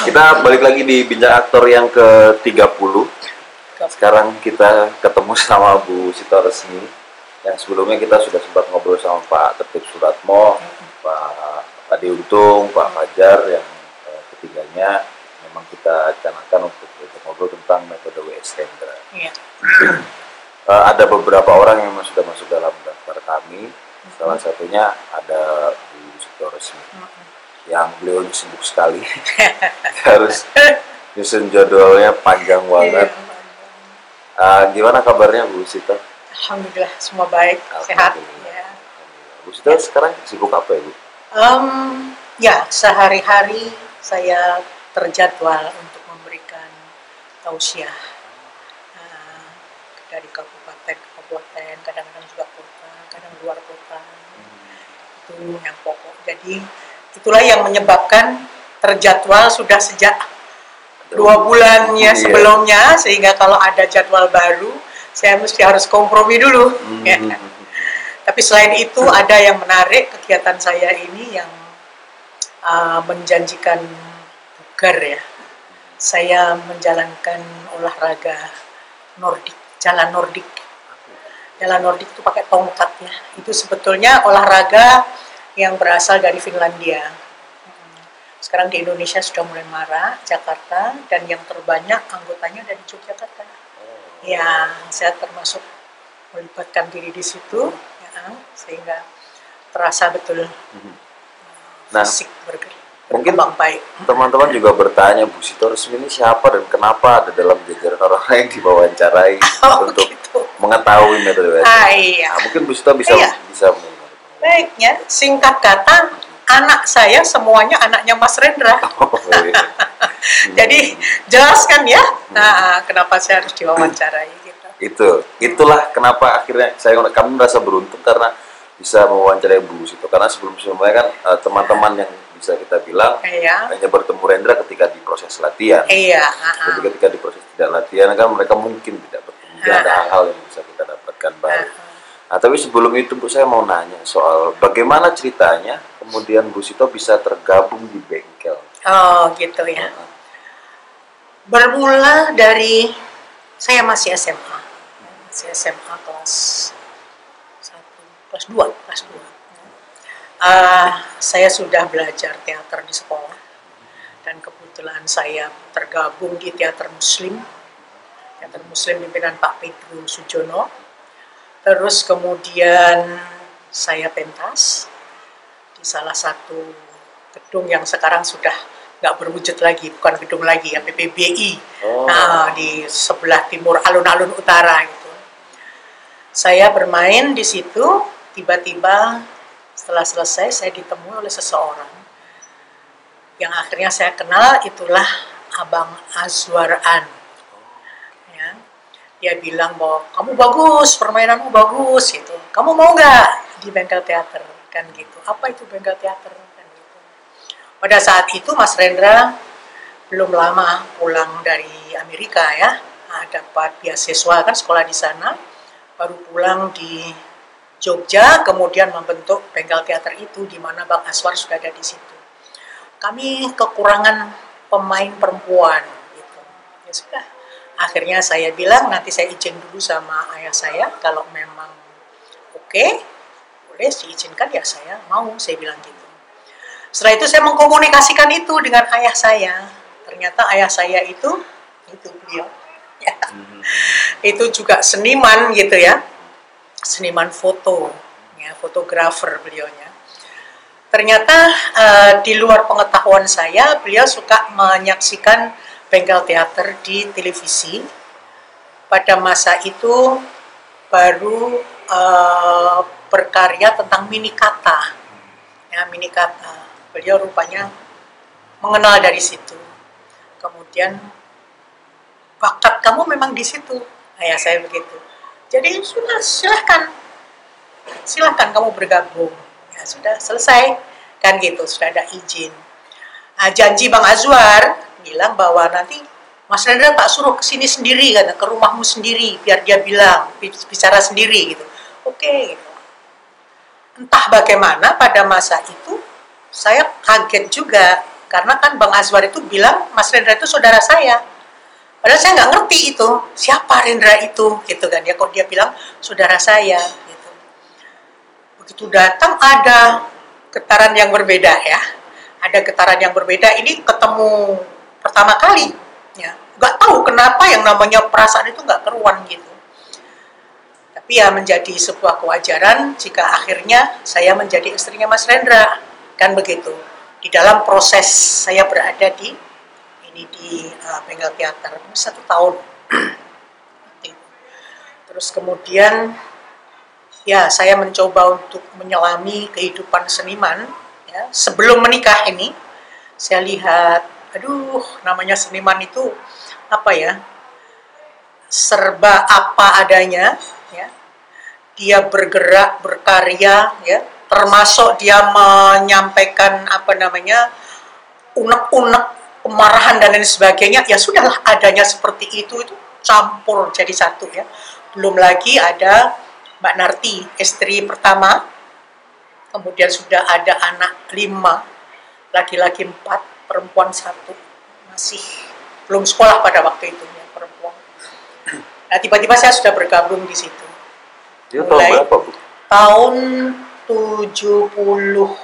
Kita balik lagi di Bincang Aktor yang ke-30. Sekarang kita ketemu sama Bu Sito Resmi. Yang sebelumnya kita sudah sempat ngobrol sama Pak Tertib Suratmo, Pak Adi Untung, Pak Fajar. Yang ketiganya memang kita canangkan untuk ngobrol tentang metode W.S. Hendra. Iya. Ada beberapa orang yang sudah masuk dalam daftar kami. Salah satunya ada Bu Sito Resmi. Yang beliau sibuk sekali. Harus nyusun jadwalnya panjang banget. Gimana kabarnya Bu Sito? Alhamdulillah semua baik, sehat. Ya. Bu Sito sekarang sibuk apa ya Bu? Ya, sehari-hari saya terjadwal untuk memberikan tausiah dari kabupaten ke kabupaten, kadang-kadang juga kota, kadang luar kota. Itu yang pokok. Jadi itulah yang menyebabkan terjadwal sudah sejak 2 bulan ya sebelumnya, sehingga kalau ada jadwal baru saya mesti harus kompromi dulu. Ya. Tapi selain itu ada yang menarik kegiatan saya ini yang menjanjikan bugar ya. Saya menjalankan olahraga Nordik, jalan Nordik. Jalan Nordik itu pakai tongkat ya. Itu sebetulnya olahraga yang berasal dari Finlandia. Sekarang di Indonesia sudah mulai marak, Jakarta, dan yang terbanyak anggotanya dari Yogyakarta. Ya, saya termasuk melibatkan diri di situ, ya, sehingga terasa betul fisik berkembang baik. Teman-teman juga bertanya, Bu Sito Resmi ini siapa dan kenapa ada dalam jajaran orang yang diwawancarai untuk gitu. Mengetahui metode iya. Mungkin Bu Sito bisa baiknya, singkat kata, anak saya semuanya anaknya Mas Rendra. Jadi jelaskan ya, kenapa saya harus diwawancarai gitu. Itulah kenapa akhirnya kami merasa beruntung karena bisa mewawancarai Bu Sito. Karena sebelum-sebelumnya kan teman-teman yang bisa kita bilang hanya bertemu Rendra ketika di proses latihan. Tapi ketika di proses tidak latihan kan mereka mungkin tidak bertemu. Ada hal-hal yang bisa kita dapatkan baru. Tapi sebelum itu Bu, saya mau nanya soal bagaimana ceritanya kemudian Bu Sito bisa tergabung di bengkel. Oh gitu ya. Bermula dari saya masih SMA. Masih SMA kelas 2. Saya sudah belajar teater di sekolah. Dan kebetulan saya tergabung di teater Muslim. Teater Muslim pimpinan Pak Pedro Sujono. Terus kemudian saya pentas di salah satu gedung yang sekarang sudah nggak berwujud lagi, bukan gedung lagi ya, PPBI. Di sebelah timur alun-alun utara gitu. Saya bermain di situ, tiba-tiba setelah selesai saya ditemui oleh seseorang yang akhirnya saya kenal, itulah Abang Azwaran. Dia bilang bahwa kamu bagus, permainanmu bagus gitu. Kamu mau nggak di bengkel teater kan gitu? Apa itu bengkel teater kan gitu. Pada saat itu Mas Rendra belum lama pulang dari Amerika ya, dapat beasiswa kan sekolah di sana, baru pulang di Jogja, kemudian membentuk bengkel teater itu di mana Bang Aswar sudah ada di situ. Kami kekurangan pemain perempuan gitu. Ya sudah. Akhirnya saya bilang nanti saya izin dulu sama ayah saya, kalau memang oke, boleh diizinkan ya saya mau, saya bilang gitu. Setelah itu saya mengkomunikasikan itu dengan ayah saya. Ternyata ayah saya itu beliau, ya. Itu juga seniman gitu ya, seniman foto, ya, fotografer beliaunya. Ternyata di luar pengetahuan saya, beliau suka menyaksikan bengkel teater di televisi. Pada masa itu baru berkarya tentang Minikata. Ya, Minikata. Beliau rupanya mengenal dari situ. Kemudian bakat kamu memang di situ. Ya saya begitu. Jadi sudah silahkan kamu bergabung. Ya sudah selesai kan gitu, sudah ada izin. Janji Bang Azwar bilang bahwa nanti Mas Rendra tak suruh kesini sendiri kan, ke rumahmu sendiri biar dia bicara sendiri gitu. Oke. Gitu. Entah bagaimana pada masa itu saya kaget juga Karena kan Bang Azwar itu bilang Mas Rendra itu saudara saya. Padahal saya nggak ngerti itu siapa Rendra itu, gitu kan ya. Kok dia bilang saudara saya, gitu. Begitu datang ada getaran yang berbeda ya. Ada getaran yang berbeda. Ini ketemu pertama kali, ya. Nggak tahu kenapa yang namanya perasaan itu nggak keruan gitu. Tapi ya menjadi sebuah kewajaran jika akhirnya saya menjadi istrinya Mas Rendra, kan begitu. Di dalam proses saya berada di Bengal Theater 1 tahun. Terus kemudian ya saya mencoba untuk menyelami kehidupan seniman ya. Sebelum menikah ini saya lihat, aduh, namanya seniman itu apa ya, serba apa adanya ya. Dia bergerak, berkarya ya, termasuk dia menyampaikan apa namanya, unek-unek kemarahan dan lain sebagainya, ya sudahlah, adanya seperti itu campur jadi satu ya. Belum lagi ada Mbak Narti, istri pertama, kemudian sudah ada anak 5, laki-laki 4, perempuan 1, masih belum sekolah pada waktu itu ya, perempuan. Nah tiba-tiba saya sudah bergabung di situ. Dia mulai tahun berapa, Bu? Tahun 70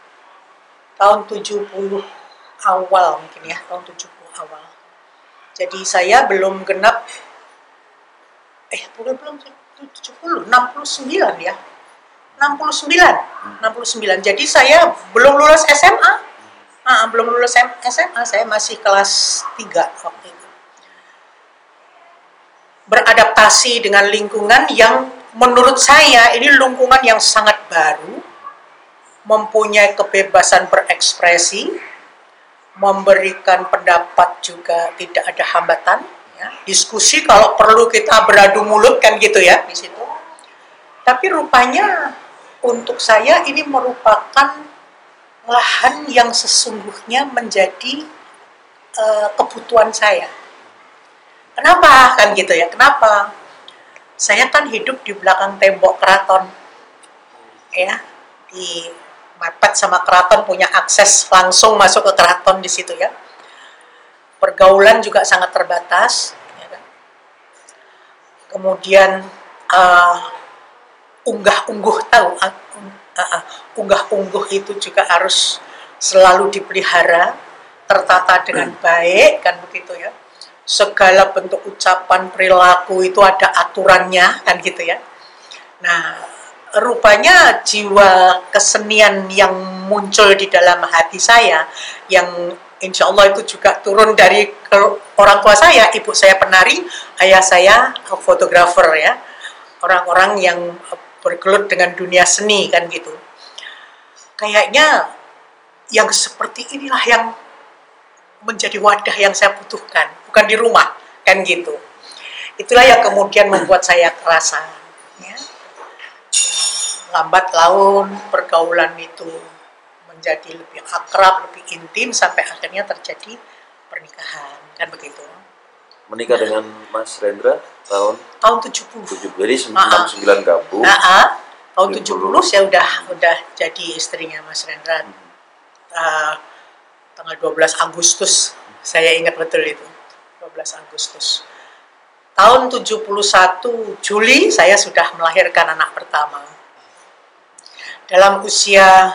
awal mungkin ya, tahun 70 awal. Jadi saya belum genap, belum 70, 69 ya. 69. Jadi saya belum lulus SMA. Belum lulus SMA, saya masih kelas 3 waktu itu. Beradaptasi dengan lingkungan yang menurut saya ini lingkungan yang sangat baru, mempunyai kebebasan berekspresi, memberikan pendapat juga tidak ada hambatan ya. Diskusi kalau perlu kita beradu mulut kan gitu ya di situ. Tapi rupanya untuk saya ini merupakan lahan yang sesungguhnya menjadi kebutuhan saya. Kenapa kan gitu ya? Kenapa? Saya kan hidup di belakang tembok keraton ya, di mepet sama keraton, punya akses langsung masuk ke keraton di situ ya. Pergaulan juga sangat terbatas ya kan? Kemudian unggah-ungguh unggah-ungguh itu juga harus selalu dipelihara, tertata dengan baik kan begitu ya. Segala bentuk ucapan, perilaku itu ada aturannya kan gitu ya. Nah, rupanya jiwa kesenian yang muncul di dalam hati saya, yang insya Allah itu juga turun dari orang tua saya, ibu saya penari, ayah saya fotografer ya, orang-orang yang bergelut dengan dunia seni kan gitu. Kayaknya yang seperti inilah yang menjadi wadah yang saya butuhkan, bukan di rumah kan gitu. Itulah yang kemudian membuat saya kerasa ya. Lambat laun pergaulan itu menjadi lebih akrab, lebih intim sampai akhirnya terjadi pernikahan kan begitu. Menikah dengan Mas Rendra tahun 70. Jadi 69 gabung. Tahun 70 saya udah jadi istrinya Mas Rendra. Tanggal 12 Agustus saya ingat betul itu. 12 Agustus. Tahun 71 Juli saya sudah melahirkan anak pertama. Dalam usia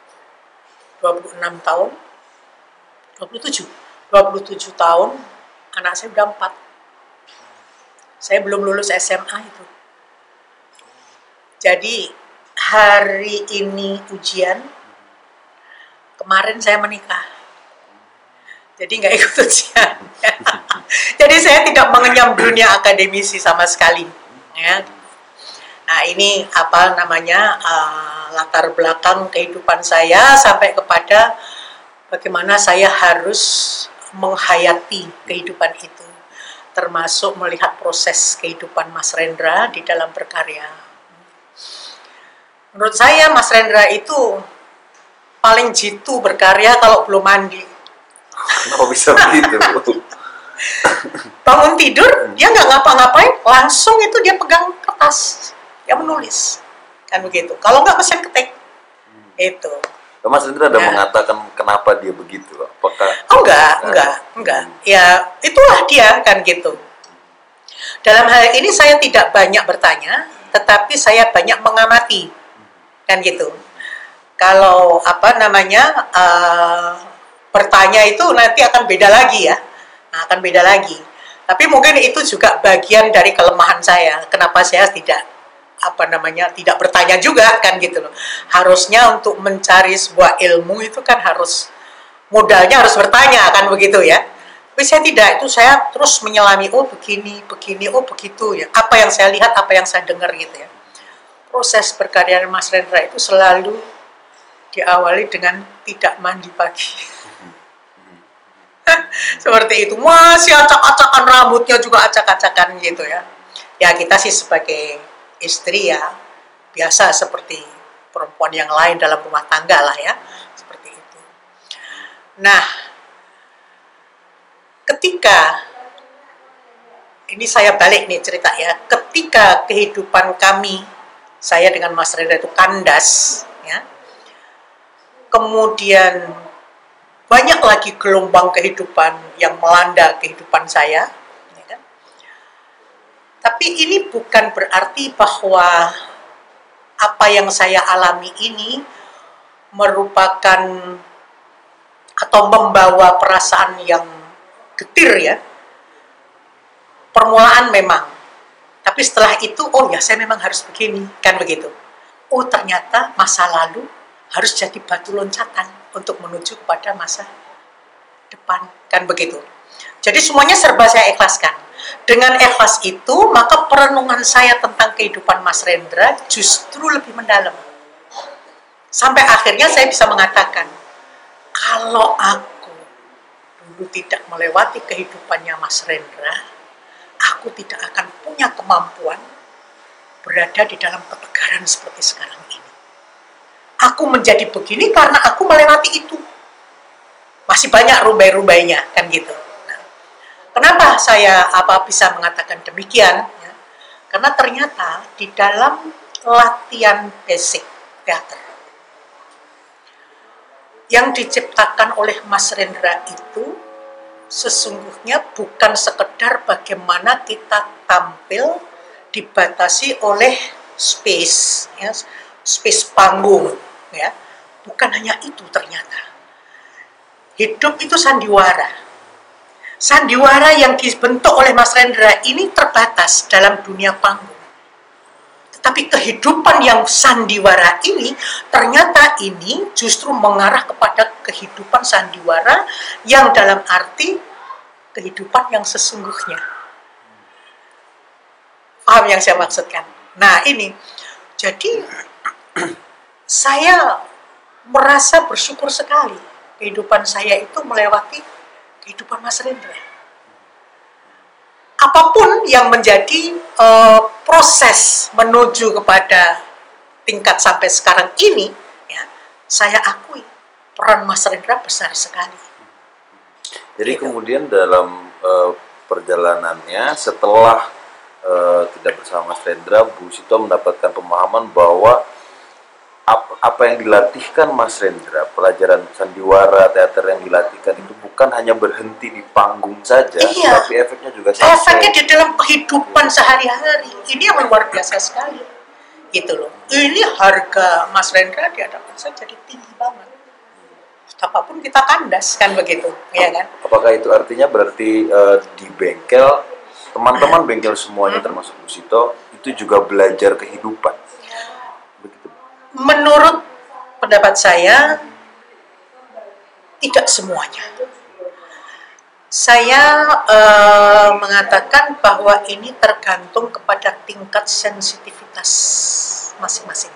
26 tahun, 27 tahun, anak saya udah 4. Saya belum lulus SMA itu. Jadi hari ini ujian, kemarin saya menikah. Jadi nggak ikut ujian. Jadi saya tidak mengenyam dunia akademisi sama sekali. Ya. Nah ini apa namanya, latar belakang kehidupan saya sampai kepada bagaimana saya harus menghayati kehidupan itu, termasuk melihat proses kehidupan Mas Rendra di dalam berkarya. Menurut saya Mas Rendra itu paling jitu berkarya kalau belum mandi. Kenapa bisa begitu? Bangun tidur dia nggak ngapa-ngapain, langsung itu dia pegang kertas, dia menulis kan begitu. Kalau nggak mesin ketik itu. Mas Rendra ada mengatakan kenapa dia begitu? Apakah enggak. Ya, itulah dia kan gitu. Dalam hal ini saya tidak banyak bertanya, tetapi saya banyak mengamati. Kan gitu. Kalau bertanya itu nanti akan beda lagi ya. Nah, akan beda lagi. Tapi mungkin itu juga bagian dari kelemahan saya. Kenapa saya tidak bertanya juga kan gitu loh. Harusnya untuk mencari sebuah ilmu itu kan modalnya harus bertanya kan begitu ya. Tapi saya tidak, itu saya terus menyelami, oh begini, oh begitu ya. Apa yang saya lihat, apa yang saya dengar gitu ya. Proses berkarya Mas Rendra itu selalu diawali dengan tidak mandi pagi. Seperti itu, masih acak-acakan rambutnya juga acak-acakan gitu ya. Ya kita sih sebagai istri ya biasa seperti perempuan yang lain dalam rumah tangga lah ya, seperti itu. Nah, ketika ini saya balik nih cerita ya, ketika kehidupan kami, saya dengan Mas Rendra itu kandas ya, kemudian banyak lagi gelombang kehidupan yang melanda kehidupan saya. Tapi ini bukan berarti bahwa apa yang saya alami ini merupakan atau membawa perasaan yang getir ya. Permulaan memang. Tapi setelah itu, oh ya saya memang harus begini, kan begitu. Oh ternyata masa lalu harus jadi batu loncatan untuk menuju kepada masa depan, kan begitu. Jadi semuanya serba saya ikhlaskan. Dengan ikhlas itu, maka perenungan saya tentang kehidupan Mas Rendra justru lebih mendalam. Sampai akhirnya saya bisa mengatakan, kalau aku dulu tidak melewati kehidupannya Mas Rendra, aku tidak akan punya kemampuan berada di dalam ketegaran seperti sekarang ini. Aku menjadi begini karena aku melewati itu. Masih banyak rubai-rubainya, kan gitu. Kenapa saya bisa mengatakan demikian? Ya, karena ternyata di dalam latihan basic teater yang diciptakan oleh Mas Rendra itu sesungguhnya bukan sekedar bagaimana kita tampil dibatasi oleh space, ya, space panggung, ya. Bukan hanya itu ternyata. Hidup itu sandiwara. Sandiwara yang dibentuk oleh Mas Rendra ini terbatas dalam dunia panggung. Tetapi kehidupan yang sandiwara ini, ternyata ini justru mengarah kepada kehidupan sandiwara yang dalam arti kehidupan yang sesungguhnya. Paham yang saya maksudkan? Nah ini, jadi saya merasa bersyukur sekali kehidupan saya itu melewati kehidupan Mas Rendra. Apapun yang menjadi proses menuju kepada tingkat sampai sekarang ini, ya, saya akui peran Mas Rendra besar sekali. Jadi gitu. Kemudian dalam perjalanannya setelah tidak bersama Mas Rendra, Bu Sito mendapatkan pemahaman bahwa apa yang dilatihkan Mas Rendra, pelajaran sandiwara, teater yang dilatihkan itu bukan hanya berhenti di panggung saja, iya, tapi efeknya juga sampai efeknya di dalam kehidupan sehari-hari. Ini yang luar biasa sekali, gitu loh. Ini harga Mas Rendra di hadapan saya jadi tinggi banget. Apapun kita kandas, kan begitu, ya kan? Apakah itu artinya berarti di bengkel, teman-teman bengkel semuanya termasuk Bu Sito itu juga belajar kehidupan? Menurut pendapat saya, tidak semuanya. Saya mengatakan bahwa ini tergantung kepada tingkat sensitivitas masing-masing.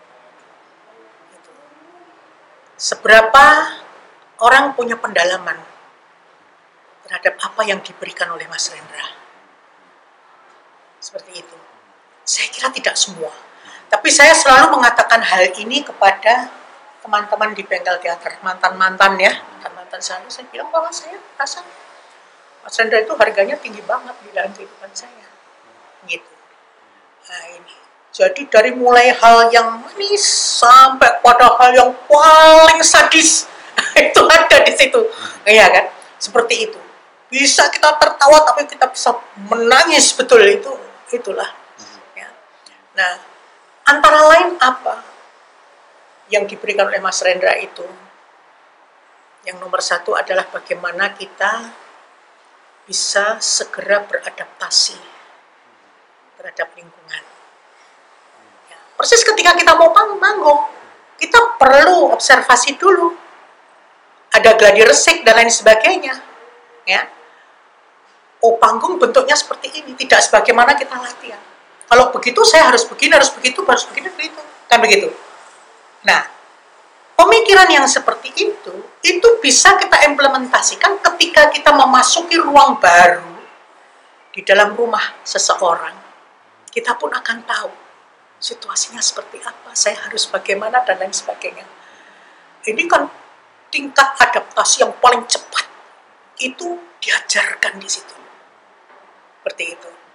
Seberapa orang punya pendalaman terhadap apa yang diberikan oleh Mas Rendra. Seperti itu. Saya kira tidak semua. Tapi saya selalu mengatakan hal ini kepada teman-teman di bengkel teater, mantan-mantan ya, mantan-mantan saya bilang bahwa saya rasa Mas Rendra itu harganya tinggi banget di dalam kehidupan saya, gitu. Nah ini, jadi dari mulai hal yang manis sampai pada hal yang paling sadis, itu ada di situ, iya kan? Seperti itu. Bisa kita tertawa tapi kita bisa menangis, betul, itulah. Ya. Nah, antara lain apa yang diberikan oleh Mas Rendra itu? Yang nomor satu adalah bagaimana kita bisa segera beradaptasi terhadap lingkungan. Ya. Persis ketika kita mau manggung, kita perlu observasi dulu. Ada gladi resik dan lain sebagainya. Ya. Oh, panggung bentuknya seperti ini, tidak sebagaimana kita latihan. Kalau begitu saya harus begini, harus begitu, begitu. Kan begitu. Nah, pemikiran yang seperti itu bisa kita implementasikan ketika kita memasuki ruang baru di dalam rumah seseorang. Kita pun akan tahu situasinya seperti apa, saya harus bagaimana, dan lain sebagainya. Ini kan tingkat adaptasi yang paling cepat itu diajarkan di situ. Seperti itu.